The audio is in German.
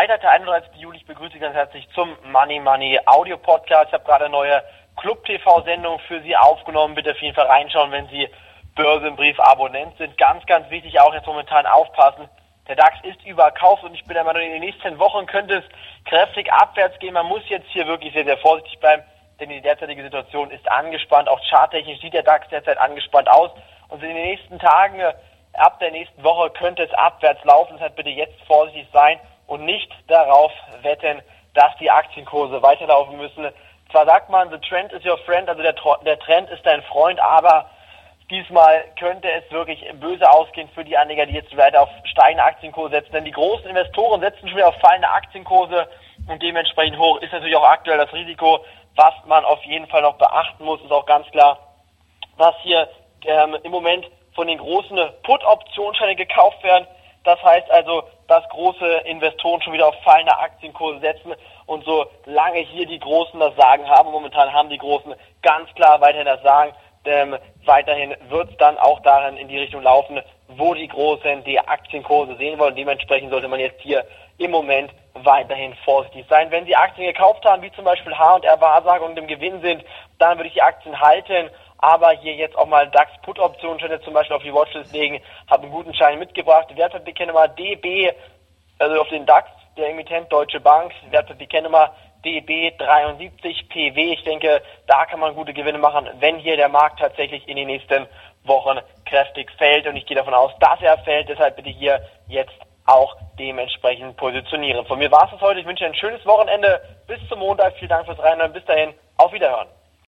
Freitag, der 31. Juli. Ich begrüße Sie ganz herzlich zum Money Money Audio Podcast. Ich habe gerade eine neue Club-TV-Sendung für Sie aufgenommen. Bitte auf jeden Fall reinschauen, wenn Sie Börsenbrief-Abonnent sind. Ganz, ganz wichtig auch jetzt momentan aufpassen. Der DAX ist überkauft und ich bin der Meinung, in den nächsten Wochen könnte es kräftig abwärts gehen. Man muss jetzt hier wirklich sehr, sehr vorsichtig bleiben, denn die derzeitige Situation ist angespannt. Auch charttechnisch sieht der DAX derzeit angespannt aus. Und in den nächsten Tagen, ab der nächsten Woche, könnte es abwärts laufen. Deshalb bitte jetzt vorsichtig sein und nicht darauf wetten, dass die Aktienkurse weiterlaufen müssen. Zwar sagt man, the trend is your friend, also der Trend ist dein Freund, aber diesmal könnte es wirklich böse ausgehen für die Anleger, die jetzt weiter auf steigende Aktienkurse setzen. Denn die großen Investoren setzen schon wieder auf fallende Aktienkurse und dementsprechend hoch ist natürlich auch aktuell das Risiko. Was man auf jeden Fall noch beachten muss, ist auch ganz klar, dass hier im Moment von den großen Put-Optionsscheine gekauft werden. Das heißt also, dass große Investoren schon wieder auf fallende Aktienkurse setzen und solange hier die Großen das Sagen haben, momentan haben die Großen ganz klar weiterhin das Sagen, weiterhin wird es dann auch darin in die Richtung laufen, wo die Großen die Aktienkurse sehen wollen. Dementsprechend sollte man jetzt hier im Moment weiterhin vorsichtig sein. Wenn Sie Aktien gekauft haben, wie zum Beispiel H&R Wahrsager und im Gewinn sind, dann würde ich die Aktien halten. Aber hier jetzt auch mal DAX-Put-Optionen zum Beispiel auf die Watchlist legen. Habe einen guten Schein mitgebracht. Wertpapierkennnummer DB, also auf den DAX, der Emittent Deutsche Bank. Wertpapierkennnummer DB73PW. Ich denke, da kann man gute Gewinne machen, wenn hier der Markt tatsächlich in den nächsten Wochen kräftig fällt. Und ich gehe davon aus, dass er fällt. Deshalb bitte hier jetzt auch dementsprechend positionieren. Von mir war es das heute. Ich wünsche Ihnen ein schönes Wochenende. Bis zum Montag. Vielen Dank fürs Reinhören. Bis dahin. Auf Wiederhören.